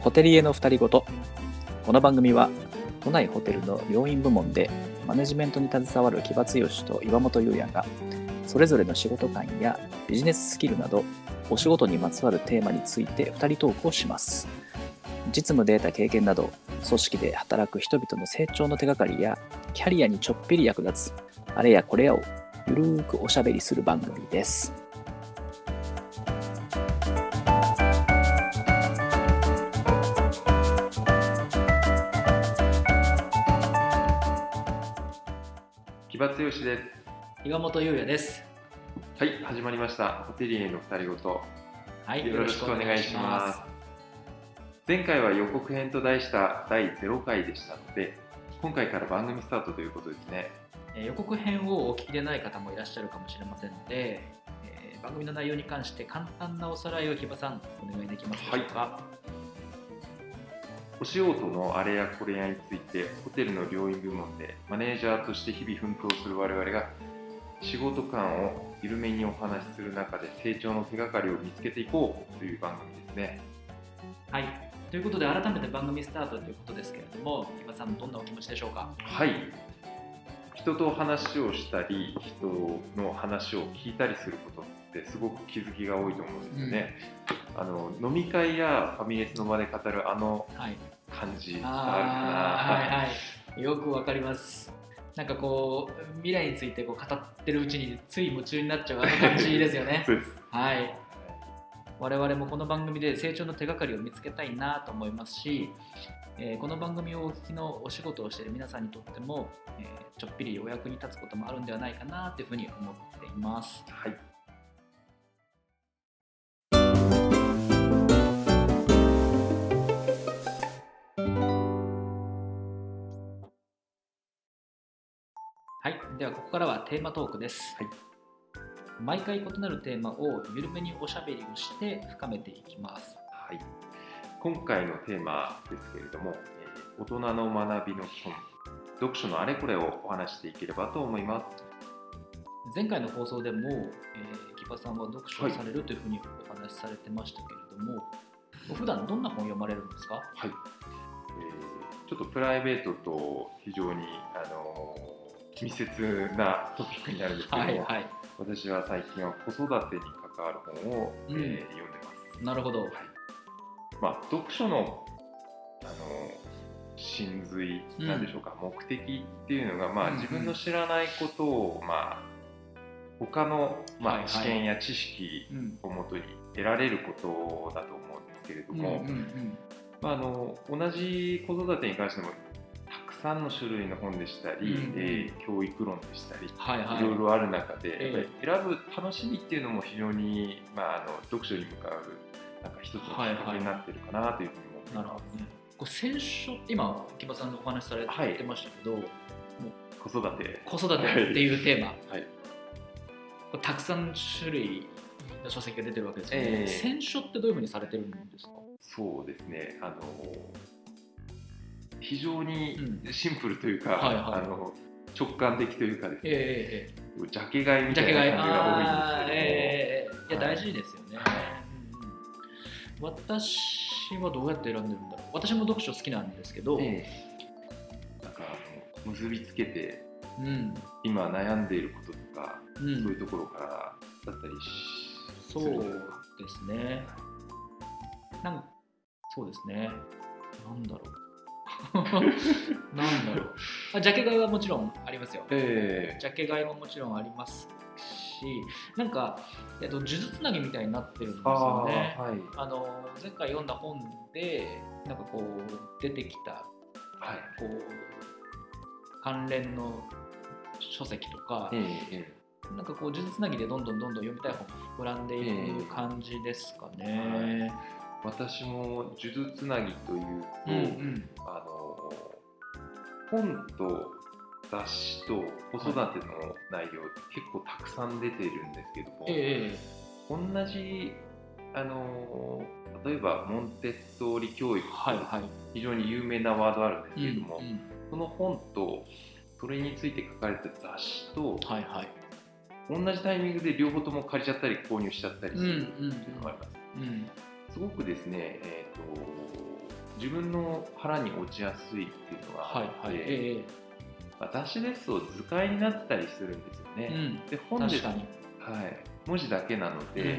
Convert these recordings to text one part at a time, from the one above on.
ホテリエの二人ごと。この番組は都内ホテルの病院部門でマネジメントに携わる木場剛と岩本裕也がそれぞれの仕事観やビジネススキルなどお仕事にまつわるテーマについて二人トークをします。実務で得た経験など組織で働く人々の成長の手がかりやキャリアにちょっぴり役立つあれやこれやをゆるーくおしゃべりする番組です。 木場剛です。 岩本裕也です。 はい、始まりましたホテリエの二人ごと、 はい、 よろしくお願いします。前回は予告編と題した第0回でしたので、今回から番組スタートということですね。 予告編をお聞きでない方もいらっしゃるかもしれませんので、番組の内容に関して簡単なおさらいを木場さんお願いできますでしょうか。 はい、お仕事のあれやこれやについてホテルの病院部門でマネージャーとして日々奮闘する我々が仕事観を緩めにお話しする中で成長の手がかりを見つけていこうという番組ですね。 はい、ということで改めて番組スタートということですけれども、木場さんどんなお気持ちでしょうか。 はい、人と話をしたり人の話を聞いたりすることってすごく気づきが多いと思うんですよね。飲み会やファミレスの場で語る感じ伝わるかな。 はい、よくわかります。なんかこう未来についてこう語ってるうちについ夢中になっちゃう感じですよね。 そうです。 はい。我々もこの番組で成長の手がかりを見つけたいなと思いますし、この番組をお聞きのお仕事をしている皆さんにとっても、ちょっぴりお役に立つこともあるんではないかなというふうに思っています。 はい。 はい、ではここからはテーマトークです。 はい、 毎回異なるテーマを緩めにおしゃべりをして深めていきます。 はい、今回のテーマですけれども、大人の学びの基本、読書のあれこれをお話していければと思います。 前回の放送でも、木場さんは読書をされるというふうにお話しされてましたけれども、普段どんな本を読まれるんですか。 はい、ちょっとプライベートと非常に密接なトピックになるんですけども、私は最近は子育てに関わる本を、読んでます。 なるほど。 読書の、真髄なんでしょうか、目的っていうのが、自分の知らないことを、他の、知見や知識をもとに得られることだと思うんですけれども、同じ子育てに関してもたくさんの種類の本でしたり、教育論でしたり、いろいろある中で、選ぶ楽しみっていうのも非常に、読書に向かうなんか一つのきっかけになってるかなというふうに思っています。なるほどね。 これ選書、今木場さんのお話されてましたけど、 子育てっていうテーマ、これたくさん種類の書籍が出てるわけですよね。選書ってどういうふうにされてるんですか。 そうですね、非常にシンプルというか、直感的というかですね、ジャケ買いみたいな感じが多いんですけども、 大事ですよね。私はどうやって選んでるんだろう。私も読書好きなんですけど、 なんか結びつけて、今悩んでいることとか、そういうところからだったりする。 そうですね。そうですね。なんだろう。ジャケ買いはもちろんありますよ。ジャケ買いももちろんありますし、なんか数珠つなぎみたいになってるんですよね。前回読んだ本でなんかこう出てきた、こう関連の書籍とか、なんかこう数珠つなぎでどんどん読みたい本が膨らんでいく感じですかね。 私も数珠つなぎというと、本と雑誌と子育ての内容って結構たくさん出ているんですけども、同じ例えばモンテッソーリ教育と非常に有名なワードあるんですけれども、その本とそれについて書かれた雑誌と、同じタイミングで両方とも借りちゃったり購入しちゃったりするっていうのがあります。すごくですね、 自分の腹に落ちやすいっていうのがあって、雑誌ですと図解になってたりするんですよね。で本です、文字だけなので、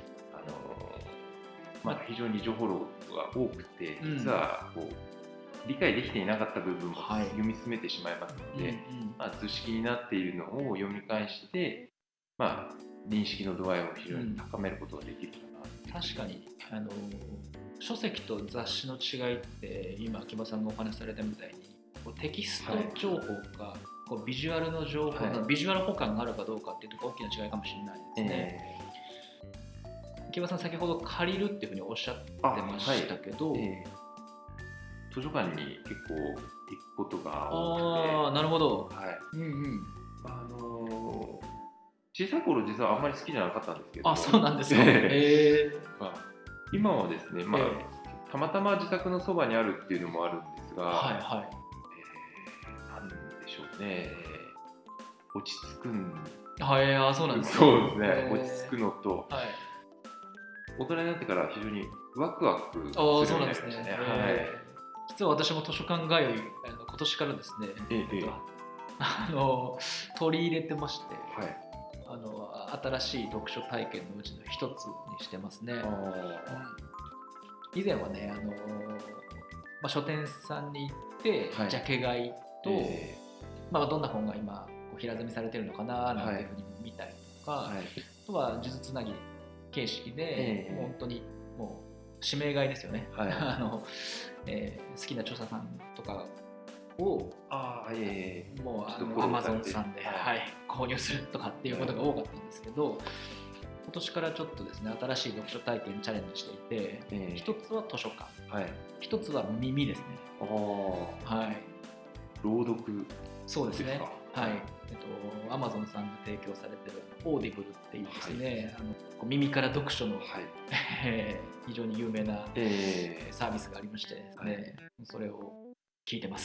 非常に情報量が多くて、実はこう理解できていなかった部分も読み進めてしまいますので、図式になっているのを読み返して、認識の度合いを非常に高めることができるかな。確かに書籍と雑誌の違いって今秋葉さんがお話しされたみたいにテキスト情報か、ビジュアルの情報、ビジュアル補完があるかどうかっていうところ大きな違いかもしれないですね。秋葉さん先ほど借りるっていうふうにおっしゃってましたけど、 図書館に結構行くことが多くて。 なるほど。 小さい頃実はあんまり好きじゃなかったんですけど。 そうなんですか。 今はですね、たまたま自宅のそばにあるっていうのもあるんですが、なんでしょうね、落ち着くんそうなんですね。 そうですね、落ち着くのと、大人になってから非常にワクワクするようになりましたね。 実は私も図書館通い今年からですね、取り入れてまして、新しい読書体験のうちの一つにしてますね。以前はね、書店さんに行ってジャケ買いと、どんな本が今平積みされてるのかななんていうふうに見たりとか、あとは数珠つなぎ形式で、もう本当にもう指名買いですよね。好きな著者さんとかをもうAmazon さんで購入するとかっていうことが多かったんですけど、今年からちょっとですね、新しい読書体験にチャレンジしていて、一つは図書館、一つは耳ですね。 朗読。 そうですね。Amazon さんが提供されているオーディブルっていうですね、耳から読書の非常に有名なサービスがありましてですね、それを聞いてます。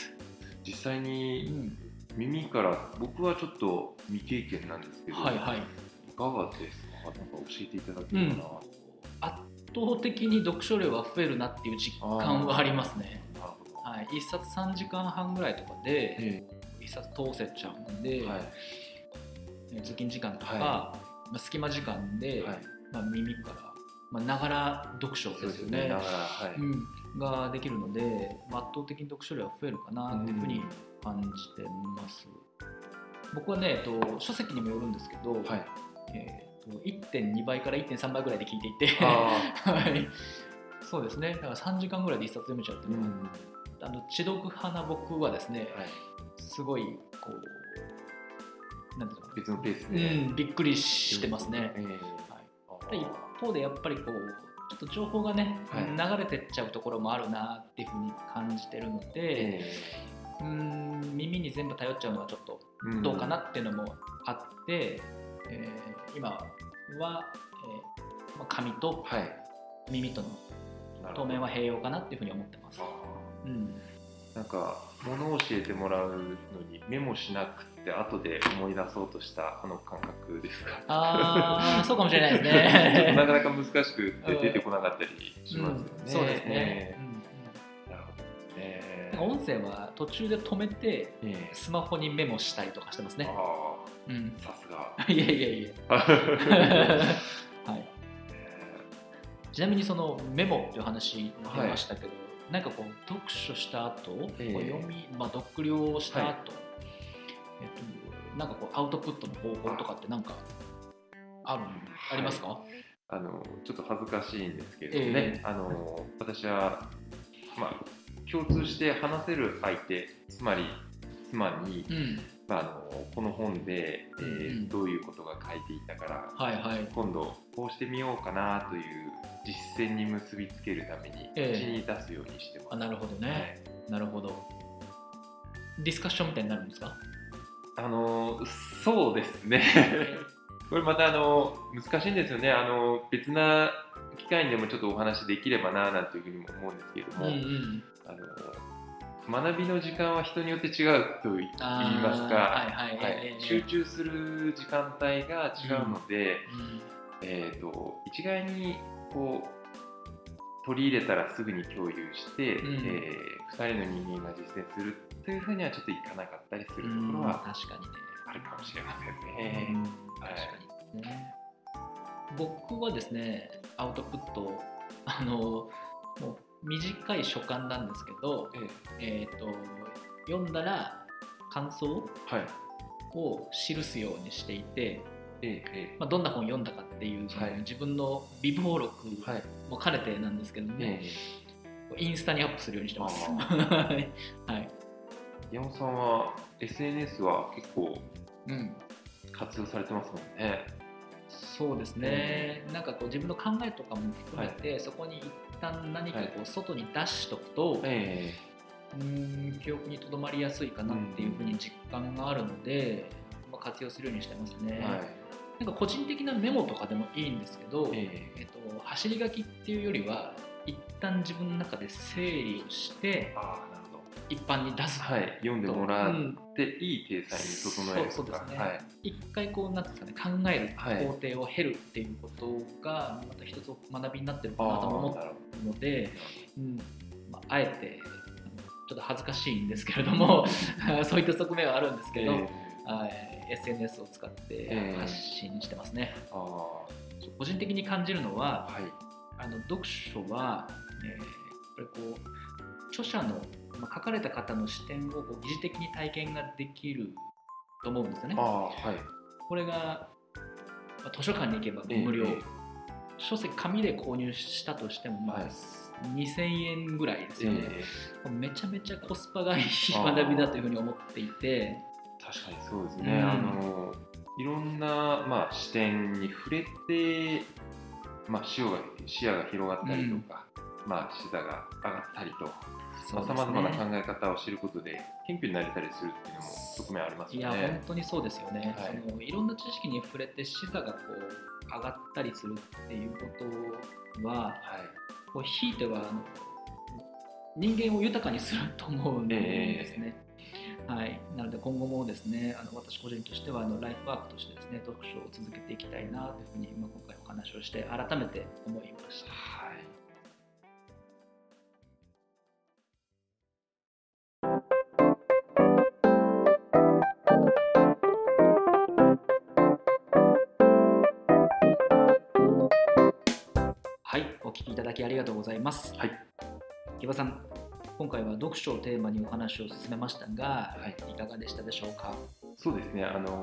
実際に耳から僕はちょっと未経験なんですけど、いかがですか？なんか教えていただけるかな。 圧倒的に読書量は増えるなっていう実感はありますね。1冊3時間半ぐらいとかで1冊通せちゃうんで、通勤時間とか隙間時間で耳からながら読書ですよね、ができるので、圧倒的に読書量は増えるかなっていうふうに感じてます。僕はね、書籍にもよるんですけど、1.2 倍から 1.3 倍ぐらいで聞いていてそうですね、だから3時間ぐらいで1冊読めちゃうっていうのは、知読派な僕はですね、すごいなんていうの、 別のペースで、 びっくりしてますね。一方でやっぱりちょっと情報がね、流れてっちゃうところもあるなっていうふうに感じてるので、耳に全部頼っちゃうのはちょっとどうかなっていうのもあって、今は、紙と耳との当面は併用かなっていうふうに思ってます。 なんか物を教えてもらうのにメモしなくて後で思い出そうとしたこの感覚ですか？ そうかもしれないですね。 なかなか難しくて出てこなかったりしますよね。 そうですね。 なるほどね。 音声は途中で止めてスマホにメモしたりとかしてますね。 さすが。 いやちなみにそのメモという話出ましたけど、なんか読書した後、読了した後、なんかアウトプットの方法とかってなんかありますか？ ちょっと恥ずかしいんですけれどもね、私は共通して話せる相手、つまり妻に、この本で、どういうことが書いていたから、今度こうしてみようかなという実践に結びつけるために口に出すようにしてます。 なるほどね、なるほど。ディスカッションみたいになるんですか？ そうですねこれまた難しいんですよね。別な機会にでもちょっとお話できればななんていうふうにも思うんですけれども、学びの時間は人によって違うと言いますか、集中する時間帯が違うので、一概に取り入れたらすぐに共有して、2人の人間が実践するというふうにはちょっといかなかったりするところは確かにねあるかもしれませんね。 確かにね。僕はですねアウトプットもう短い書簡なんですけど、読んだら感想を記すようにしていて、どんな本読んだかっていう、自分の備忘録も兼ねてなんですけどね、インスタにアップするようにしてます。 岩本さんは SNS は結構活用されてますもんね。 そうですね、なんかこう自分の考えとかも含めて、そこに一旦何かこう外に出しとくと、記憶にとどまりやすいかなっていうふうに実感があるので、活用するようにしてますね。なんか個人的なメモとかでもいいんですけど、走り書きっていうよりは一旦自分の中で整理をして一般に出す、 読んでもらっていい体裁に整えるとか、そうですね、 一回こうなんですかね、考える工程を経るっていうことがまた一つ学びになってるかなと思うので、あえてちょっと恥ずかしいんですけれどもそういった側面はあるんですけど、SNS を使って発信してますね。個人的に感じるのは、読書は、やっぱりこう著者の書かれた方の視点をこう疑似的に体験ができると思うんですよね。これが図書館に行けば無料、書籍紙で購入したとしても、2000円ぐらいですよね。めちゃめちゃコスパがいい学びだというふうに思っていて、 確かにそうですね、いろんな、視点に触れて、視野が広がったりとか、視座が上がったりと、さまざまな考え方を知ることで謙虚になれたりするっていうのも側面ありますよね。 いや本当にそうですよね。いろんな知識に触れて視座がこう上がったりするっていうことは、こうひいては人間を豊かにすると思うんですね。なので今後もですね、私個人としてはライフワークとしてですね、読書を続けていきたいなというふうに今回お話をして改めて思いました。お聞きいただきありがとうございます。木場さん、今回は読書をテーマにお話を進めましたが、いかがでしたでしょうか。 そうですね、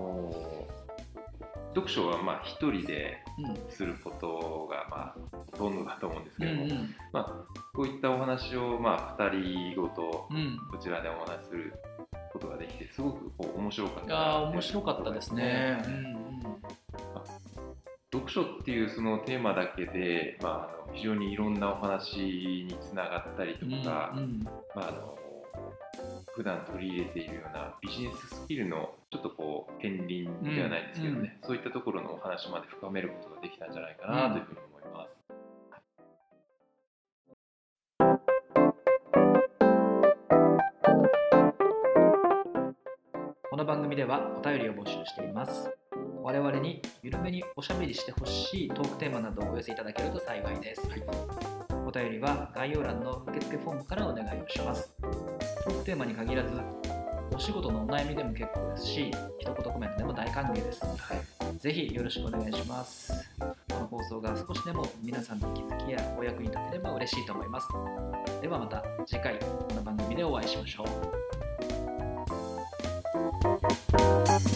読書は一人ですることがほとんどだと思うんですけども、こういったお話を2人ごとこちらでお話しすることができて、すごく面白かった面白かったですね。 読書っていうそのテーマだけで、非常にいろんなお話につながったりとか、普段取り入れているようなビジネススキルのちょっと片鱗ではないですけどね、そういったところのお話まで深めることができたんじゃないかなというふうに思います。 この番組ではお便りを募集しています。我々に緩めにおしゃべりしてほしいトークテーマなどをお寄せいただけると幸いです。お便りは概要欄の受付フォームからお願いをします。トークテーマに限らず、お仕事のお悩みでも結構ですし、一言コメントでも大歓迎です。ぜひよろしくお願いします。この放送が少しでも皆さんの気づきやお役に立てれば嬉しいと思います。ではまた次回この番組でお会いしましょう。